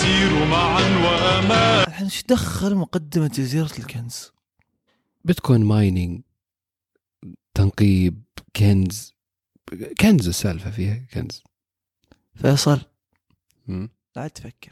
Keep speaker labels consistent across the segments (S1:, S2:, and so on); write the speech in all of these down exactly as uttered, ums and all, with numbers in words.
S1: نسير معا وأمان.
S2: الحين ايش دخل مقدمة جزيرة الكنز؟
S3: بيتكوين مايننج، تنقيب، كنز. كنز السالفة فيها كنز.
S2: فيصل
S3: م?
S2: لا تفكر.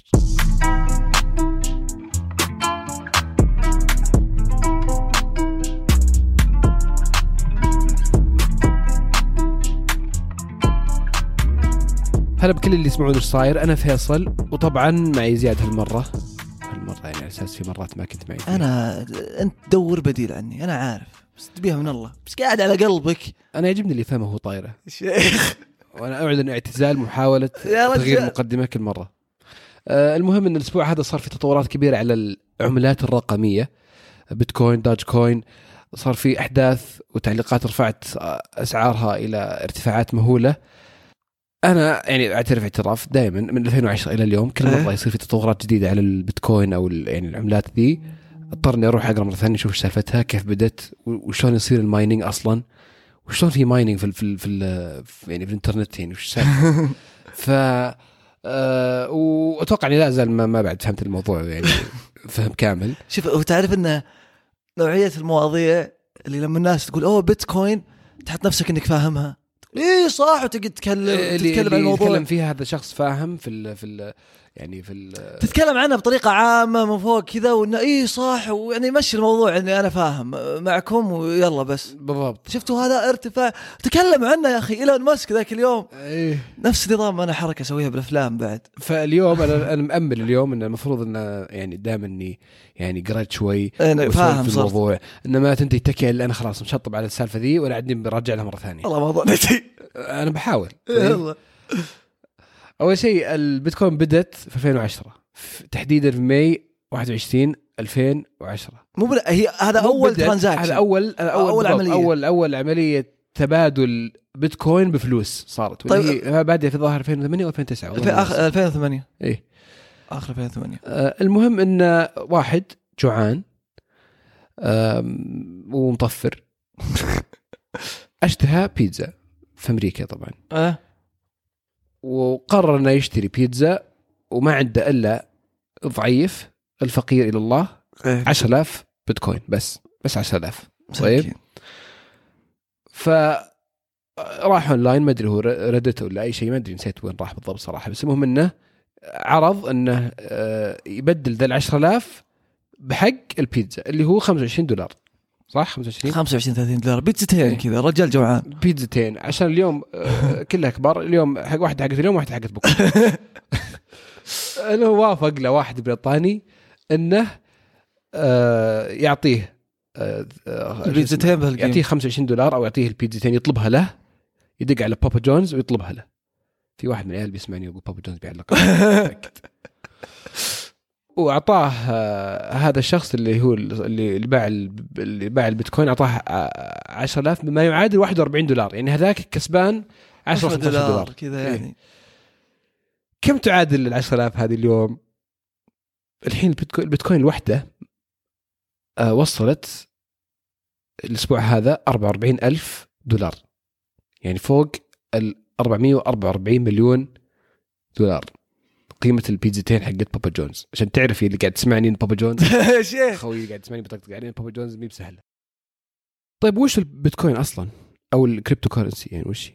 S3: هلا بكل اللي يسمعون ايش صاير. انا فيصل، وطبعا معي زياد هالمره هالمره يعني على اساس في مرات ما كنت معي فيها.
S2: انا انت دور بديل عني، انا عارف بس تبيها من الله، بس قاعد على قلبك.
S3: انا يعجبني اللي فهمه هو طايره
S2: شيخ
S3: وانا اعلن اعتزال محاوله تغيير مقدمه كل مره. آه المهم ان الاسبوع هذا صار في تطورات كبيره على العملات الرقميه، بيتكوين، داج كوين. صار في احداث وتعليقات رفعت اسعارها الى ارتفاعات مهوله. أنا يعني أعترف اعتراف دائما من ألفين وعشرة إلى اليوم كل مرة يصير في تطورات جديدة على البيتكوين أو يعني العملات ذي، اضطرني أروح أقرأ مرة ثانية أشوف إيش سالفتها، كيف بدت، وشلون يصير المايننج أصلا، وشلون في مايننج في في في يعني في الإنترنت، يعني وش سالفة. ف أه وأتوقع إني لا أزال ما, ما بعد فهمت الموضوع يعني فهم كامل.
S2: شوف، وتعرف إن نوعية المواضيع اللي لما الناس تقول أوه بيتكوين تحط نفسك إنك فاهمها، إيه صح، وتقعد تتكلم تتكلم عن الموضوع
S3: تتكلم فيها هذا شخص فاهم في ال في ال يعني في ال
S2: تتكلم عنها بطريقة عامة من فوق كذا، وإنه إيه صح، ويعني مشي الموضوع إني أنا فاهم معكم ويلا بس.
S3: بالضبط.
S2: شفتوا هذا ارتفاع تكلم عنه يا أخي إيلون ماسك ذاك اليوم.
S3: إيه.
S2: نفس نظام أنا حركة أسويها بالأفلام بعد.
S3: فاليوم أنا أنا مأمل اليوم إن المفروض إن يعني دائما إني يعني قرأت شوي
S2: فاهم
S3: في الموضوع، إنما تنتهي تكي اللي أنا خلاص مشطب على السالفة ذي ولا عندي برجع لها مرة ثانية.
S2: والله ما ظنيتي.
S3: أنا بحاول. أول شيء البيتكوين بدت في ألفين وعشرة تحديدا في ماي واحد وعشرين ألفين وعشرة.
S2: مو بل... هي هذا أول ترانزاكشن،
S3: هذا أول أول
S2: أول عملية
S3: أول أول عملية تبادل بيتكوين بفلوس صارت. طيب. هي بادئة في ظهر ألفين وثمانية وألفين وتسعة
S2: في آخر ألفين وثمانية.
S3: إيه
S2: آخر ألفين وثمانية.
S3: آه المهم إن واحد جوعان ومطفر اشتهى بيتزا في أمريكا طبعا.
S2: أه.
S3: وقرر انه يشتري بيتزا وما عنده الا ضعيف الفقير الى الله عشرة آلاف بيتكوين بس بس عشرة آلاف. طيب فراح اونلاين، ما ادري هو ردت ولا اي شيء، ما ادري نسيت وين راح بالضبط صراحه، بس المهم انه عرض انه يبدل ذا العشرة آلاف بحق البيتزا اللي هو خمسة وعشرين دولار، صح؟ خمسة وعشرين
S2: خمسة وعشرين ثلاثين دولار بيتزتين كذا. رجال جوعان
S3: بيتزتين عشان اليوم كلها كبار. اليوم حق واحد حقت اليوم واحد حقت بكره. انه وافق له واحد بريطاني انه يعطيه
S2: البيتزتين بهالقيمة،
S3: يعطيه خمسة وعشرين دولار او يعطيه البيتزتين يطلبها له، يدق على بابا جونز ويطلبها له. في واحد من العيال بيسمعني يقول بابا جونز بيعلق. وأعطاه هذا الشخص اللي هو اللي باع اللي باع البيتكوين أعطاه عشرة آلاف بما يعادل واحد وأربعين دولار، يعني هذاك كسبان عشرة دولار, دولار
S2: كذا يعني.
S3: إيه. كم تعادل العشرة آلاف هذه اليوم؟ الحين البيتكوين, البيتكوين الوحدة آه وصلت الأسبوع هذا أربعة وأربعين ألف دولار، يعني فوق ال أربعمية وأربعة وأربعين مليون دولار قيمة البيتزتين حقت بابا جونز. عشان تعرفي اللي قاعد تسمعني بابا جونز
S2: شيخ
S3: خوي قاعد تسمعني بطاقتك قاعدين بابا جونز مي بسهلة. طيب وش البيتكوين أصلا أو الكريبتو كورنسي يعني وش؟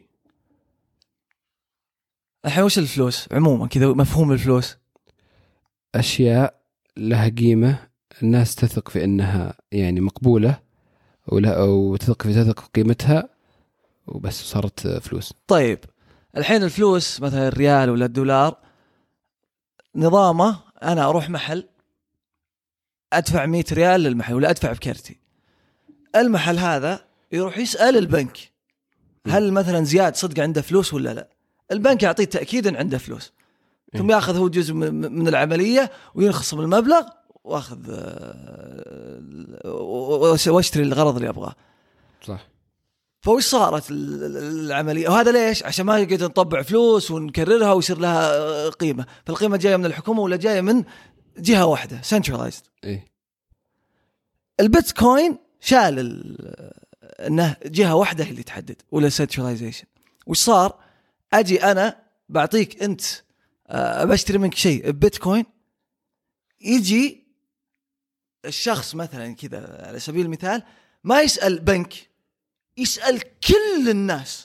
S2: الحين وش الفلوس عموما كذا؟ مفهوم الفلوس
S3: أشياء لها قيمة الناس تثق في أنها يعني مقبولة ولا أو تثق في تثق في قيمتها وبس صارت فلوس.
S2: طيب الحين الفلوس مثلا الريال ولا الدولار نظامه أنا أروح محل أدفع مية ريال للمحل ولا أدفع بكرتي، المحل هذا يروح يسأل البنك هل مثلا زياد صدق عنده فلوس ولا لا، البنك يعطيه تأكيدا عنده فلوس، ثم يأخذ هو جزء من العملية وينخصم المبلغ وأخذ واشتري الغرض اللي أبغاه.
S3: صح.
S2: فوش صارت العملية؟ وهذا ليش؟ عشان ما يقدر نطبع فلوس ونكررها ويصير لها قيمة، فالقيمة جاية من الحكومة ولا جاية من جهة واحدة centralized.
S3: إيه؟
S2: البيتكوين شال انه جهة واحدة اللي تحدد ولا centralization. وش صار؟ اجي انا بعطيك انت أه بشتري منك شيء ببيتكوين يجي الشخص مثلا كذا على سبيل المثال ما يسأل بنك، يسأل كل الناس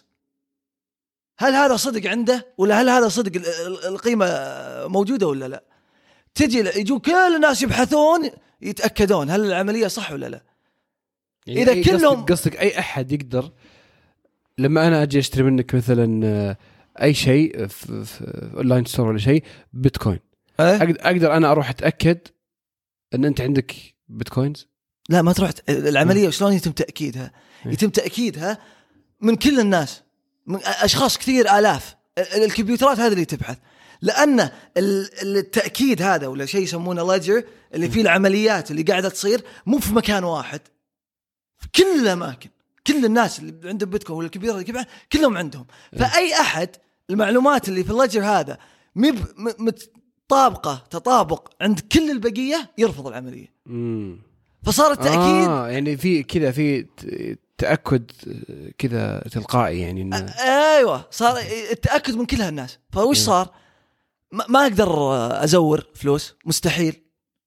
S2: هل هذا صدق عنده ولا هل هذا صدق القيمة موجودة ولا لا. تجي يجوا كل الناس يبحثون يتأكدون هل العملية صح ولا لا.
S3: يعني
S2: إذا كلهم
S3: قصدك أي أحد يقدر لما أنا أجي أشتري منك مثلا أي شيء في, في أونلاين ستور ولا شيء بيتكوين، أقدر أنا أروح أتأكد أن أنت عندك بيتكوينز؟
S2: لا ما تروح. العملية شلون يتم تأكيدها؟ يتم تأكيدها من كل الناس، من أشخاص كثير آلاف. الكمبيوترات هذه اللي تبحث، لأن التأكيد هذا ولا شيء يسمونه ليدجر اللي فيه العمليات اللي قاعدة تصير مو في مكان واحد، في كل الأماكن. كل الناس اللي عندهم بيتكوين ولا الكمبيوتر اللي يبحث كلهم عندهم. فأي أحد المعلومات اللي في الليدجر هذا مب متطابقة تطابق عند كل البقية يرفض العملية.
S3: مم.
S2: فصار التأكيد
S3: آه يعني في كذا في تأكد كذا تلقائي يعني إنه
S2: أيوة صار التأكد من كل هالناس. فوش صار؟ ما أقدر أزور فلوس، مستحيل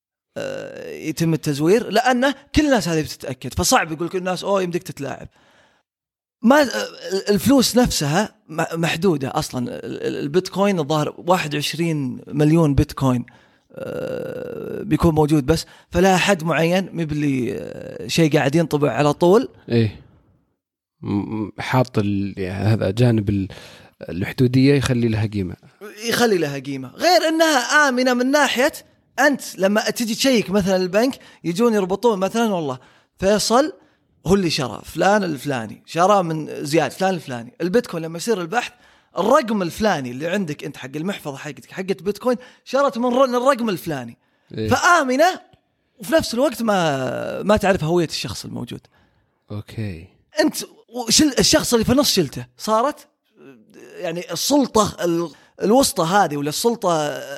S2: يتم التزوير لأنه كل الناس هذه بتتأكد. فصعب يقول كل الناس أوه يمديك تتلاعب. ما الفلوس نفسها محدودة أصلا. البيتكوين الظاهر واحد وعشرين مليون بيتكوين بيكون موجود بس، فلا حد معين مبلي شيء قاعد ينطبع على طول.
S3: إيه حاط هذا جانب الحدودية يخلي لها قيمة،
S2: يخلي لها قيمة غير أنها آمنة من ناحية أنت لما تجي تشيك مثلا البنك يجون يربطون مثلا والله فيصل هو اللي شرى فلان الفلاني شرى من زياد فلان الفلاني. البيتكوين لما يصير البحث الرقم الفلاني اللي عندك أنت حق المحفظة حقتك حقت بيتكوين شرت من الرقم الفلاني. إيه؟ فآمنة وفي نفس الوقت ما ما تعرف هوية الشخص الموجود.
S3: أوكي
S2: أنت شل الشخص اللي في النص شلته، صارت يعني السلطة الوسطى هذه ولا السلطة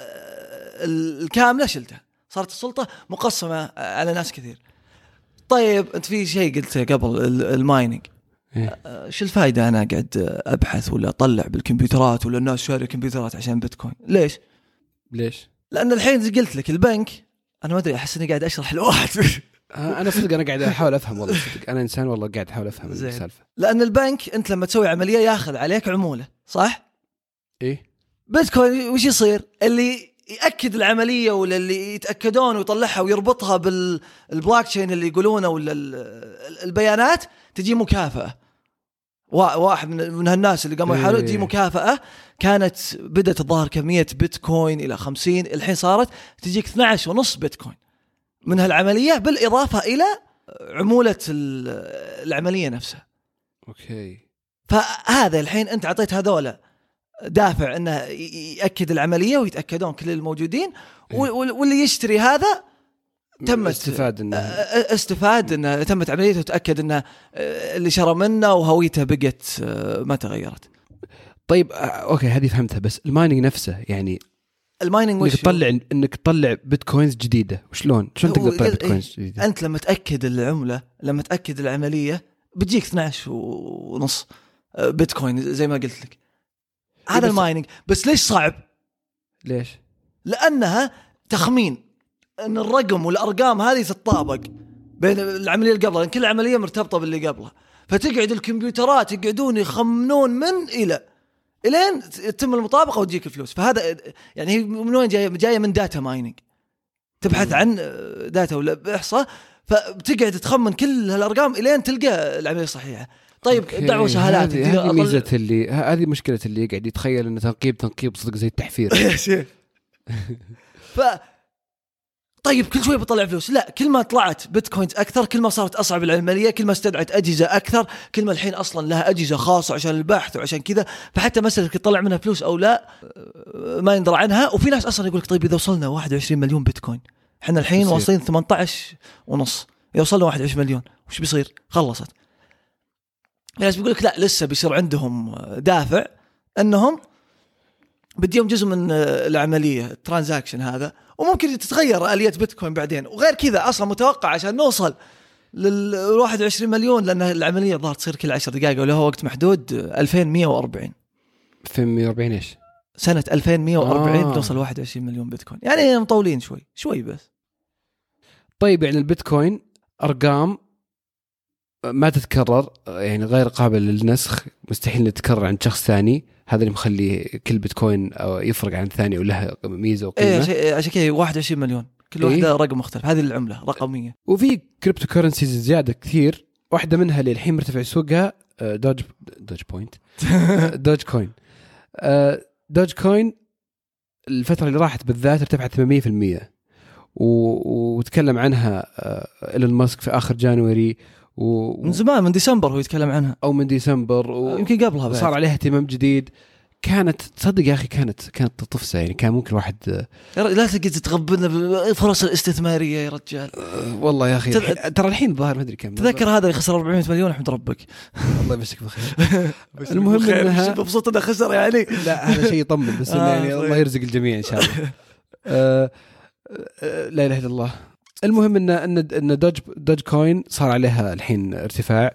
S2: الكاملة شلتها، صارت السلطة مقسمة على ناس كثير. طيب أنت في شيء قلته قبل المايننج، شو الفائدة أنا قاعد أبحث ولا أطلع بالكمبيوترات ولا الناس شاري كمبيوترات عشان بيتكوين؟ ليش؟
S3: ليش؟
S2: لأن الحين قلت لك البنك، أنا ما أدري أحس إني قاعد أشرح لواحد
S3: أنا صدق أنا قاعد أحاول أفهم والله صدق أنا إنسان والله قاعد أحاول أفهم السالفة.
S2: لأن البنك أنت لما تسوي عملية ياخذ عليك عمولة، صح؟
S3: إيه.
S2: بيتكوين وش يصير؟ اللي يأكد العملية ولا اللي يتأكدون ويطلعها ويربطها بالبلوك تشين اللي يقولونه ولا البيانات تجي مكافأة. واحد من هالناس اللي قاموا يحاولوا تجي مكافأة كانت بدأت الظاهر كمية بيتكوين إلى خمسين، الحين صارت تجيك اثنا عشر ونص بيتكوين من هالعملية بالإضافة إلى عمولة العملية نفسها.
S3: أوكي.
S2: فهذا الحين أنت عطيت هذولا دافع أنه يأكد العملية ويتأكدون كل الموجودين، واللي يشتري هذا تم
S3: استفاد إنه
S2: استفاد إنه تمت عمليته وتأكد إنه اللي شرى منه وهويته بقت ما تغيرت.
S3: طيب أوكي هذه فهمتها، بس المايننج نفسه يعني
S2: المايننج
S3: إنك تطلع إنك تطلع بيتكوينز جديدة، وشلون شلون تقدر تطلع بيتكوينز جديدة؟
S2: أنت لما تأكد العملة لما تأكد العملية بتجيك اثنا عشر ونص بيتكوين زي ما قلت لك. هذا المايننج. بس ليش صعب؟
S3: ليش؟
S2: لأنها تخمين أن الرقم والأرقام هذه تتطابق بين العملية اللي قبلها، لأن كل عملية مرتبطة باللي قبلها. فتقعد الكمبيوترات يقعدون يخمنون من إلى إلين تتم المطابقة وتجيك الفلوس. فهذا يعني من وين جاية؟ جاية من داتا مايننج، تبحث عن داتا ولا إحصاء، فبتقعد تخمن كل هالأرقام إلين تلقى العملية صحيحة. طيب الدعوة سهلات.
S3: هذه ميزة اللي هذه مشكلة اللي قاعد يتخيل إنه تنقيب تنقيب صدق زي التحفير.
S2: ف طيب كل شوي بطلع فلوس. لا، كل ما طلعت بيتكوينز أكثر كل ما صارت أصعب العملية، كل ما استدعت أجهزة أكثر، كل ما الحين أصلا لها أجهزة خاصة عشان البحث وعشان كذا. فحتى مسألة تطلع منها فلوس أو لا ما يندرى عنها. وفي ناس أصلا يقولك طيب إذا وصلنا واحد وعشرين مليون بيتكوين، إحنا الحين واصلين ثمانية عشر ونص، يوصلنا واحد وعشرين مليون وش بيصير؟ خلصت. في ناس بيقولك لا، لسه بيصير عندهم دافع أنهم بديهم جزء من العملية الترانزاكشن هذا، وممكن تتغير آلية بيتكوين بعدين. وغير كذا أصلا متوقع عشان نوصل للواحد وعشرين مليون، لأن العملية ظهر تصير كل عشر دقائق ولها وقت محدود ألفين ومئة وأربعين.
S3: ألفين ومئة وأربعين إيش؟
S2: سنة ألفين ومية وأربعين
S3: آه.
S2: بتوصل واحد وعشرين مليون بيتكوين، يعني مطولين شوي شوي بس.
S3: طيب يعني البيتكوين أرقام ما تتكرر، يعني غير قابل للنسخ، مستحيل تتكرر عند شخص ثاني، هذا اللي مخلي كل بيتكوين أو يفرق عن الثاني وله ميزة وقيمة.
S2: إيه عشان كذا واحد وعشرين مليون كل واحدة إيه؟ رقم مختلف، هذه العملة رقمية.
S3: وفي كريبتو كورنسيز زيادة كثير، واحدة منها اللي الحين مرتفع سوقها دوج دوج بوينت دوج كوين. دوج كوين الفترة اللي راحت بالذات ارتفعت ثمانمية بالمية، وتكلم عنها إيلون ماسك في آخر جانوري، و...
S2: من زمان من ديسمبر هو يتكلم عنها،
S3: أو من ديسمبر و...
S2: يمكن قبلها بعد.
S3: صار عليها اهتمام جديد. كانت تصدق يا أخي كانت كانت تطفسة، يعني كان ممكن واحد
S2: لا تقدر تتغبنا بالفرص الاستثمارية يا رجال.
S3: أه والله يا أخي تد... ترى الحين ظاهر ما أدري كم.
S2: تذكر هذا اللي خسر أربعمية مليون احمد ربك.
S3: الله يمسك بخير. المهم إنها
S2: مبسوط إنه خسر يعني.
S3: لا هذا شيء يطمن بس إنه يعني الله يرزق الجميع إن شاء الله. أه... أه... لا إله إلا الله. المهم ان ان ان دوج دوج كوين صار عليها الحين ارتفاع،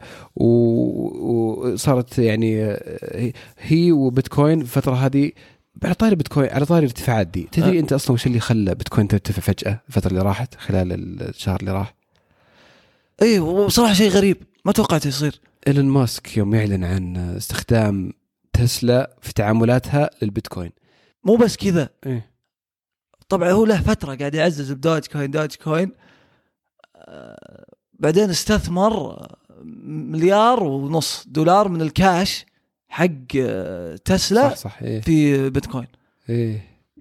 S3: وصارت يعني هي وبيتكوين الفتره هذه على طاري بيتكوين على طاري الارتفاعات دي. تدري أه. انت اصلا وش اللي خلى بيتكوين ترتفع فجاه الفتره اللي راحت خلال الشهر اللي راح؟
S2: ايه وصراحه شيء غريب ما توقعت يصير.
S3: إيلون ماسك يوم يعلن عن استخدام تسلا في تعاملاتها للبيتكوين.
S2: مو بس كذا
S3: إيه؟
S2: طبعا هو له فترة قاعد يعزز بدوج كوين دوج كوين آه بعدين استثمر مليار ونص دولار من الكاش حق آه تسلا
S3: صح صح إيه؟
S2: في بيتكوين.
S3: إيه؟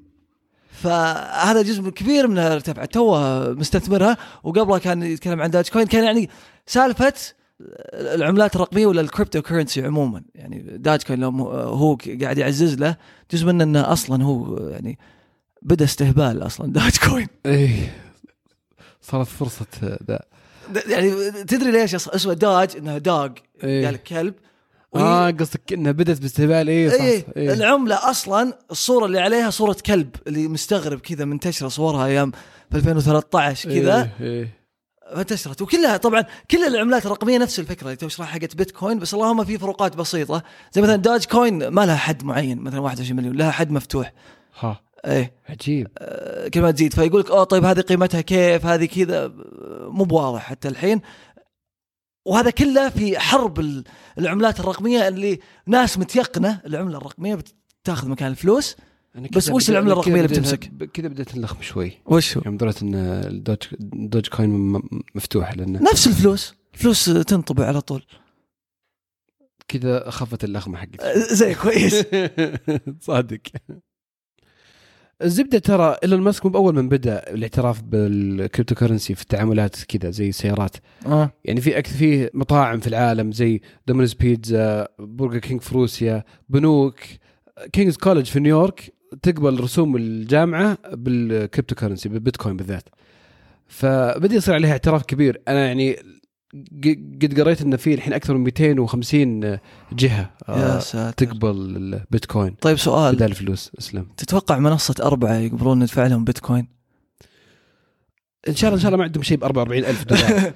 S2: فهذا جزء كبير من الارتفاع توه مستثمرها، وقبله كان يتكلم عن دوج كوين كان يعني سالفة العملات الرقمية ولا الكريبتو كورنسي عموما. يعني دوج كوين لو هو قاعد يعزز له جزء منه انه اصلا هو يعني بدأ استهبال أصلاً دوج كوين.
S3: إيه صارت فرصة ده.
S2: يعني تدري ليش اسمه دوج؟ إنها دوغ
S3: إيه؟
S2: يعني كلب.
S3: آه قصدك إنها بدأت باستهبال. إيه,
S2: إيه,
S3: إيه
S2: العملة أصلاً الصورة اللي عليها صورة كلب اللي مستغرب كذا منتشرة صورها أيام في ألفين وثلاثة عشر كذا.
S3: إيه إيه
S2: فانتشرت وكلها طبعاً كل العملات الرقمية نفس الفكرة اللي تشرح حقت بيتكوين، بس اللهم في فروقات بسيطة. زي مثلاً دوج كوين ما لها حد معين، مثلاً واحد وعشرين مليون لها حد مفتوح.
S3: ها
S2: ايه
S3: عجيب.
S2: آه كل ما تزيد فيقولك اه طيب هذه قيمتها كيف، هذه كذا مو بواضح حتى الحين. وهذا كله في حرب العملات الرقميه اللي ناس متيقنه العمله الرقميه بتاخذ مكان الفلوس. بس وش العمله الرقميه اللي بتمسك
S3: كذا؟ بدأت نلخم شوي.
S2: وش هو؟
S3: يوم درت ان الدوج دوج كوين مفتوح لانه
S2: نفس الفلوس فلوس تنطبع على طول
S3: كذا، خفت اللخمه حقتي
S2: زي كويس.
S3: صادق. الزبدة ترى إيلون ماسك مو بأول من بدأ الاعتراف بالكريبتو كورنسي في التعاملات كذا زي السيارات.
S2: آه.
S3: يعني في أكثر في مطاعم في العالم زي دومينوز بيتزا، برجر كينج في روسيا، بنوك، كينجز كوليدج في نيويورك تقبل رسوم الجامعة بالكريبتو كورنسي بالبيتكوين بالذات. فبدأ يصير عليها اعتراف كبير. أنا يعني قد قريت إن في الحين أكثر من مئتين وخمسين جهة تقبل البيتكوين.
S2: طيب سؤال
S3: بدال الفلوس. اسلم.
S2: تتوقع منصة أربعة يقبلون ندفع لهم بيتكوين؟
S3: إن شاء الله إن شاء الله ما عندهم شيء بأربعة وأربعين ألف دولار.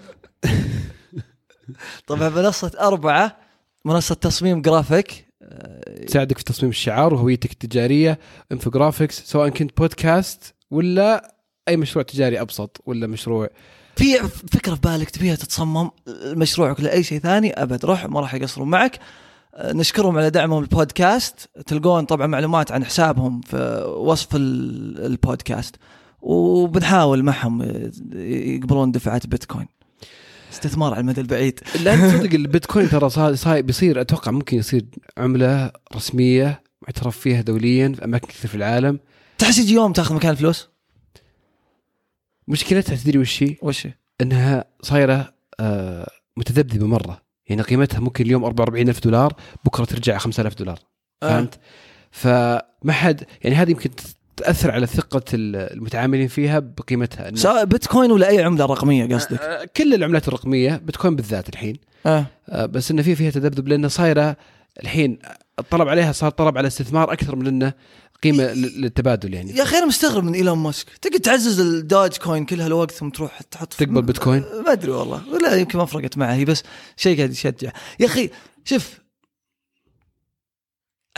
S2: طبعا منصة أربعة منصة تصميم جرافيك
S3: تساعدك في تصميم الشعار وهويتك التجارية، انفوجرافيكس، سواء كنت بودكاست ولا أي مشروع تجاري أبسط ولا مشروع
S2: في فكرة في بالك تبيها تتصمم مشروعك لأي شيء ثاني أبد روح ما راح يقصرون معك. نشكرهم على دعمهم البودكاست. تلقون طبعا معلومات عن حسابهم في وصف البودكاست، وبنحاول معهم يقبلون دفعات بيتكوين. استثمار على المدى البعيد.
S3: لا تصدق البيتكوين ترى صاير بيصير، أتوقع ممكن يصير عملة رسمية معترف فيها دوليا في أماكن كثير في العالم.
S2: تحس يجي يوم تأخذ مكان الفلوس؟
S3: مشكلتها تدري وش هي؟
S2: وش هي؟
S3: إنها صايرة آه متذبذبة مرة. يعني قيمتها ممكن اليوم أربعة وأربعين ألف دولار، بكرة ترجع خمسة آلاف دولار. فهمت؟ آه. فما حد يعني هذه يمكن تأثر على ثقة المتعاملين فيها بقيمتها.
S2: سواء بيتكوين ولا أي عملة رقمية قصدك؟
S3: آه كل العملات الرقمية، بيتكوين بالذات الحين.
S2: آه.
S3: آه بس إنه في فيها تذبذب لأنه صايرة الحين الطلب عليها صار طلب على استثمار أكثر من إنه قيمة للتبادل. يعني
S2: يا أخي مستغرب من إيلون ماسك تقدر تعزز الدوج كوين كل هالوقت ثم تروح تحط
S3: تقبل بيتكوين.
S2: ما أدري والله، ولا يمكن ما فرقت معه، هي بس شيء قاعد يشجع. يا أخي شوف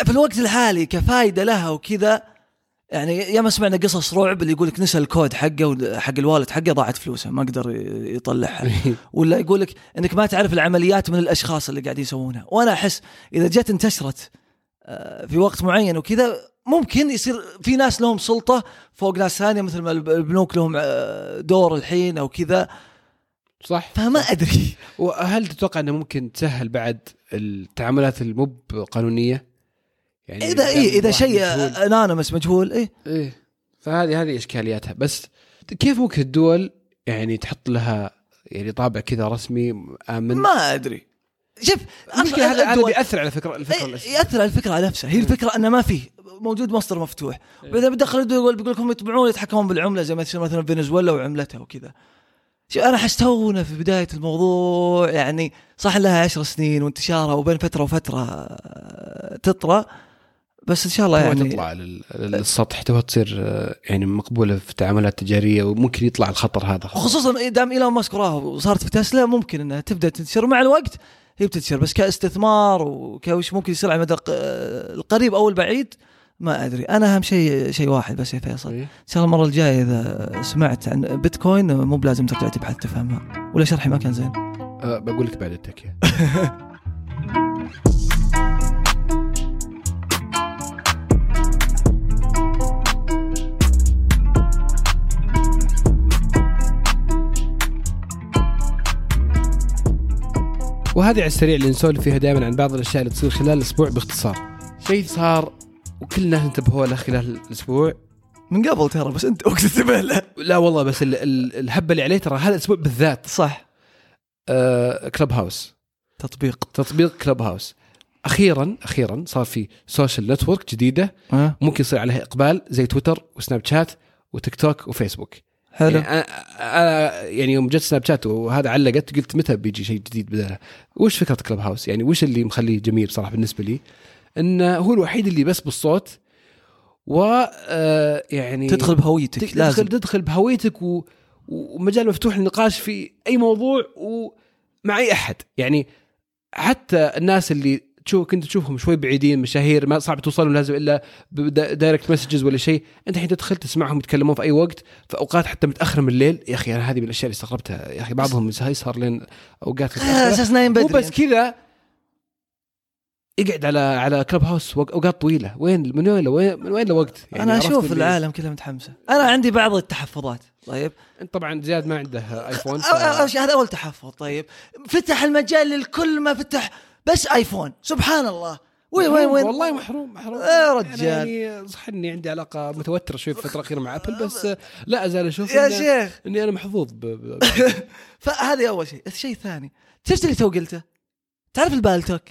S2: في الوقت الحالي كفايدة لها وكذا، يعني يا ما سمعنا قصص رعب اللي يقولك نسى الكود حقه حق الوالد حقه ضاعت فلوسه ما قدر يطلعها، ولا يقولك انك ما تعرف العمليات من الاشخاص اللي قاعدين يسوونها. وانا احس اذا جت انتشرت في وقت معين وكذا ممكن يصير في ناس لهم سلطة فوق ناس ثانية، مثل ما البنوك لهم دور الحين او كذا،
S3: صح؟
S2: فما ادري.
S3: وهل تتوقع انه ممكن تسهل بعد التعاملات المب قانونية؟ يعني
S2: إذا إيه إذا شيء أنونيمس مجهول إيه
S3: إيه فهذه هذه إشكالياتها. بس كيف ممكن الدول يعني تحط لها يعني طابع كذا رسمي آمن؟
S2: ما أدري. شوف
S3: هذا هذا بيأثر على فكرة الفكرة
S2: إيه يأثر على الفكرة على نفسها. هي الفكرة أنه ما فيه موجود مصدر مفتوح، وإذا بدخل الدول بيقول لكم يطبعون يتحكمون بالعملة زي ما تصير مثلا فنزويلا وعملتها وكذا. شوف أنا حستونا في بداية الموضوع، يعني صح لها عشر سنين وانتشارها وبين فترة وفترة تطرى، بس إن شاء الله يعني
S3: تطلع للسطح تبغى تصير يعني مقبولة في تعاملات تجارية، وممكن يطلع الخطر هذا،
S2: خصوصا دام إيلون ماسك راه وصارت في تسلا ممكن إنها تبدأ تنتشر مع الوقت. هي بتنتشر بس كاستثمار وكوش ممكن يصير على المدى القريب أو البعيد ما أدري. أنا أهم شيء شيء واحد بس يا فيصل، إن شاء الله المرة الجاية إذا سمعت عن بيتكوين مو بلازم ترجع تبحث تفهمها، ولا شرحي ما كان زين
S3: أه بقول لك بعد التكية. وهذه على السريع اللي نسولف فيها دائما عن بعض الأشياء اللي تصير خلال الأسبوع باختصار. شيء صار وكل الناس انتبهوا له خلال الأسبوع
S2: من قبل ترى، بس أنت وقت تنتبه له.
S3: لا والله بس ال ال الهبة اللي عليه ترى هذا الأسبوع بالذات.
S2: صح.
S3: آه كلوب هاوس،
S2: تطبيق
S3: تطبيق كلوب هاوس أخيرا أخيرا صار في سوشيال نتورك جديدة أه؟ ممكن يصير عليها إقبال زي تويتر وسناب شات وتيك توك وفيسبوك.
S2: حلو.
S3: يعني أنا يعني يوم جت سناب شات وهذا علقت قلت متى بيجي شيء جديد بداله. وش فكرة كلوب هاوس؟ يعني وش اللي مخليه جميل صراحة بالنسبة لي؟ إنه هو الوحيد اللي بس بالصوت، و يعني
S2: تدخل بهويتك،
S3: لازم تدخل بهويتك و... ومجال مفتوح للنقاش في أي موضوع ومع أي أحد. يعني حتى الناس اللي تشوف كنت تشوفهم شوي بعيدين مشاهير ما صعب توصلوا لازم إلا بدايركت مسجز ولا شيء، أنت حين تدخل تسمعهم يتكلمون في أي وقت في أوقات حتى متأخر من الليل. يا أخي أنا هذه من الأشياء اللي استغربتها يا أخي، بعضهم يسهر لين أوقات
S2: أساس نايم بدري،
S3: مو بس كذا يقعد على على كلوب هاوس أوقات طويلة. وين من وين وين من وين لوقت يعني.
S2: أنا أشوف العالم كله متحمسة. أنا عندي بعض التحفظات. طيب
S3: أنت طبعا زياد ما عنده آيفون ف...
S2: هذا أول تحفظ. طيب فتح المجال للكل ما فتح بس آيفون، سبحان الله. وين وين وين
S3: والله محروم محروم
S2: يا رجال.
S3: يعني صح اني عندي علاقه متوتره شوي في الفتره الاخيره مع ابل، بس لا ازال اشوف
S2: يا شيخ
S3: اني انا محظوظ ب... ب...
S2: فهذه اول شيء. الشيء الثاني شفت اللي تو قلته، تعرف البالتوك؟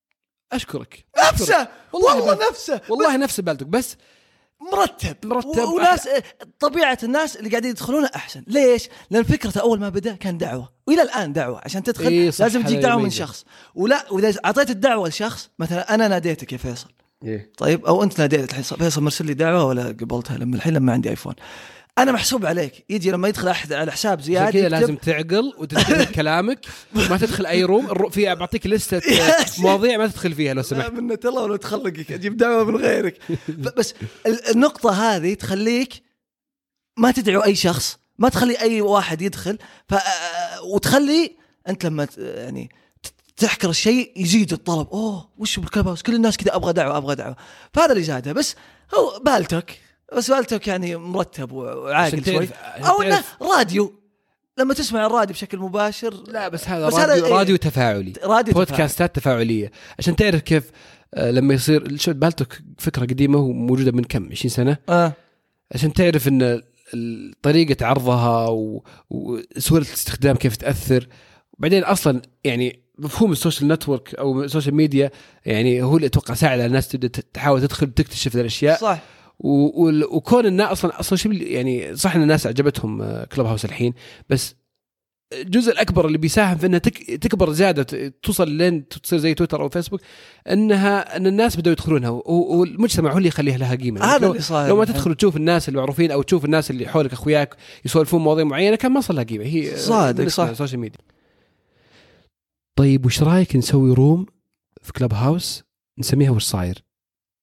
S3: اشكرك
S2: نفسه والله, والله نفسه
S3: والله نفس البالتوك بس
S2: مرتب
S3: مرتب
S2: وناس طبيعة الناس اللي قاعدين يدخلونه أحسن. ليش؟ لأن فكرته أول ما بدأ كان دعوة، وإلى الآن دعوة. عشان تدخل إيه لازم تجيك دعوة من شخص، ولا وإذا أعطيت الدعوة لشخص مثلا أنا ناديتك يا فيصل
S3: إيه؟
S2: طيب أو أنت ناديت الحين فيصل مرسل لي دعوة ولا قبلتها؟ لما الحين لما عندي آيفون أنا محسوب عليك، يجي لما يدخل أحد على حساب زياد
S3: كذا لازم تعقل وتدخل كلامك ما تدخل أي روم فيها. بعطيك لستة مواضيع ما تدخل فيها لو سمحت.
S2: منة الله ولا تخلقك أجيب دعوة من غيرك. بس النقطة هذه تخليك ما تدعو أي شخص، ما تخلي أي واحد يدخل ف... وتخلي أنت لما يعني تحكر الشيء يزيد الطلب. أوه وش بالكلب هاوس كل الناس كذا أبغى دعوة أبغى دعوة. فهذا اللي زادها. بس هو بالتوك بس بالتوك يعني مرتب وعاقل شوي، أو إنه راديو لما تسمع الراديو بشكل مباشر.
S3: لا بس هذا بس راديو, هذا راديو تفاعلي،
S2: راديو
S3: بودكاستات تفاعلي. تفاعلية عشان تعرف كيف لما يصير شو بالتوك فكرة قديمة وموجودة من كم عشرين سنة
S2: آه.
S3: عشان تعرف إن طريقة عرضها وسهولة الاستخدام كيف تأثر. وبعدين أصلا يعني مفهوم السوشيال نتورك أو السوشيال ميديا يعني هو اللي أتوقع ساعد على الناس تبدأ تحاول تدخل تكتشف الأشياء.
S2: صح.
S3: وكون الناس أصلا أصلا شيء يعني صح إن الناس عجبتهم كلوب هاوس الحين، بس الجزء الأكبر اللي بيساهم في أنها تك تكبر زيادة توصل لين تصير زي تويتر أو فيسبوك أنها أن الناس بدأوا يدخلونها والمجتمع هو اللي يخليها لها قيمة.
S2: هذا
S3: لو, لو ما تدخل تشوف الناس المعروفين أو تشوف الناس اللي حولك أخوياك يسولفون مواضيع معينة كان ما صار لها قيمة. هي
S2: صادق صح
S3: السوشيال ميديا. طيب وش رأيك نسوي روم في كلوب هاوس نسميها وش صاير؟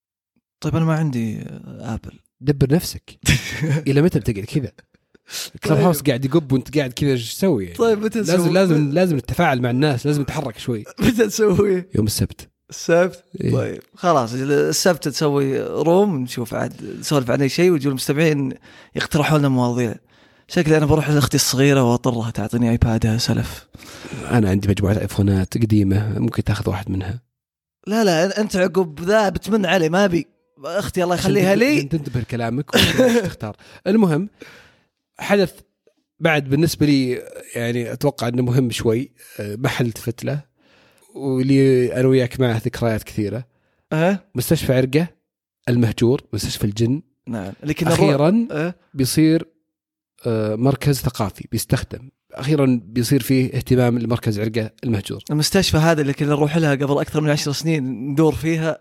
S2: طيب أنا ما عندي آبل.
S3: دبر نفسك. إلى متى بتقعد كذا؟ كلاب هاوس قاعد يقب وانت قاعد كذا ايش تسوي يعني؟
S2: طيب متى
S3: لازم
S2: نسوي؟
S3: لازم لازم نتفاعل مع الناس، لازم نتحرك شوي.
S2: متى نسوي؟
S3: يوم السبت.
S2: السبت.
S3: إيه؟
S2: طيب خلاص السبت تسوي روم نشوف عاد نسولف عن اي شيء ويجوا المستمعين يقترحوا لنا مواضيع. شكلي انا بروح لاختي الصغيره واضطرها تعطيني ايبادها سلف.
S3: انا عندي مجموعه ايفونات قديمه ممكن تاخذ واحد منها.
S2: لا لا انت عقب ذا بتمن علي ما بي اختي الله يخليها لي.
S3: تنتبه كلامك وتختار. المهم حدث بعد بالنسبه لي يعني اتوقع انه مهم شوي، محل التفت له ولي انا وياك معه ذكريات كثيره.
S2: أه؟
S3: مستشفى عرقه المهجور، مستشفى الجن.
S2: نعم. لكن
S3: اخيرا
S2: أه؟
S3: بيصير مركز ثقافي بيستخدم، اخيرا بيصير فيه اهتمام لمركز عرقه المهجور.
S2: المستشفى هذا اللي كنا نروح لها قبل اكثر من عشر سنين ندور فيها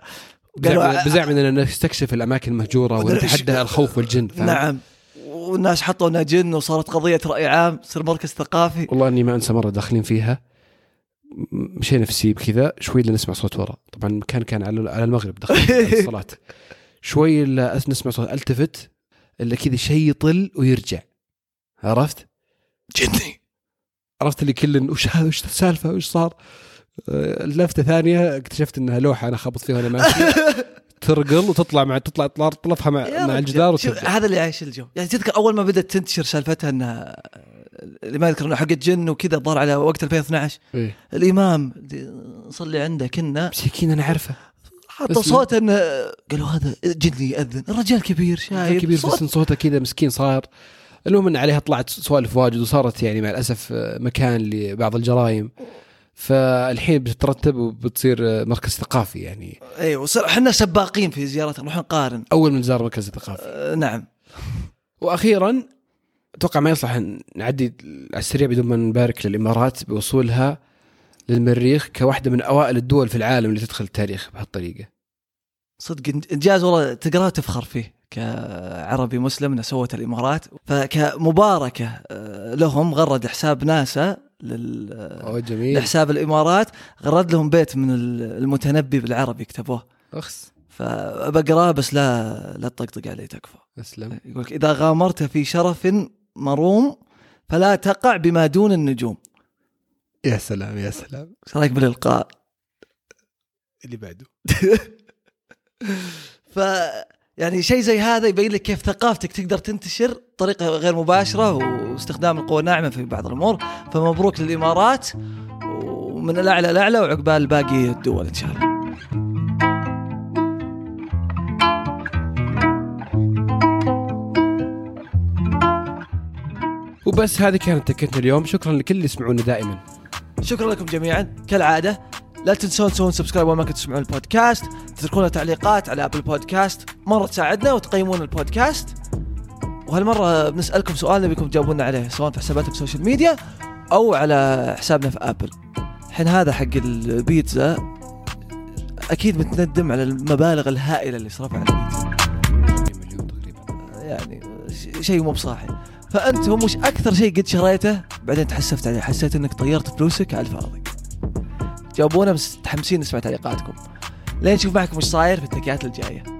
S3: بزعم اننا نستكشف الاماكن المهجوره ونتحدى الخوف والجن.
S2: نعم. والناس حطوا لنا جن وصارت قضيه راي عام، صار مركز ثقافي.
S3: والله اني ما انسى مره داخلين فيها مشينا في سيب كذا شوي لنسمع صوت ورا، طبعا المكان كان على على المغرب دخلنا الصلاه شوي نسمع صوت، التفت الا كذا شيء يطل ويرجع، عرفت
S2: جني،
S3: عرفت اللي كل وش هذا وش السالفه وش صار. اللفته ثانيه اكتشفت انها لوحه انا خابط فيها وانا ماشي ترقل وتطلع مع تطلع تطلفها مع مع الجدار.
S2: هذا اللي عايش الجو. يعني تذكر اول ما بدأت تنتشر سالفتها انها اللي ما يذكر انه حق الجن وكذا ظهر على وقت ألفين واثني عشر.
S3: إيه؟
S2: الامام نصلي عنده كنا
S3: مسكين انا عارفه
S2: حتى صوت انه قالوا هذا جني يأذن، الرجال كبير شايب
S3: كبير
S2: صوت.
S3: بس صوته كذا مسكين صار. المهم ان عليها طلعت سوالف واجد وصارت يعني مع الاسف مكان لبعض الجرائم، فالحين بتترتب وبتصير مركز ثقافي يعني.
S2: ايوه وصار احنا سباقين في زيارات نروح نقارن
S3: اول من زار مركز ثقافي.
S2: أه نعم.
S3: واخيرا اتوقع ما يصلح نعدي على السريع بدون ما نبارك للامارات بوصولها للمريخ كواحده من اوائل الدول في العالم اللي تدخل التاريخ بهالطريقه.
S2: صدق انجاز والله تقرأ تفخر فيه كعربي مسلم انه سوت الامارات، فكمباركه لهم غرد حساب ناسا لل لحساب الامارات، غرد لهم بيت من المتنبي بالعربي كتبوه
S3: اخس،
S2: فبقراه بس لا لا تطقطق عليه تكفى.
S3: اسلم.
S2: يقولك اذا غامرت في شرف مروم فلا تقع بما دون النجوم.
S3: يا سلام يا سلام.
S2: ايش رايك بالالقاء
S3: اللي بعده؟
S2: ف يعني شيء زي هذا يبين لك كيف ثقافتك تقدر تنتشر بطريقة غير مباشرة واستخدام القوى الناعمة في بعض الأمور. فمبروك للإمارات ومن الأعلى الأعلى وعقبال باقي الدول إن شاء الله.
S3: وبس هذه كانت تكتنا اليوم. شكرا لكل اللي يسمعونا دائما.
S2: شكرا لكم جميعا كالعادة. لا تنسون تسوون سبسكرايب وما كنتوا تسمعون البودكاست، تتركونا تعليقات على أبل بودكاست مرة تساعدنا، وتقيمون البودكاست. وهالمرة بنسألكم سؤال نبيكم تجاوبونا عليه سواء في حساباتنا في السوشيال ميديا أو على حسابنا في أبل. الحين هذا حق البيتزا أكيد بتندم على المبالغ الهائلة اللي صرفها على البيتزا،
S3: مليون تقريبا
S2: يعني شيء مو بصاحي. فأنتم وش أكثر شيء قد شريته بعدين تحسفت عليه، حسيت إنك طيرت فلوسك على الفاضي؟ جاوبونا، متحمسين نسمع تعليقاتكم. لين نشوف معكم وش صاير في التكيات الجاية.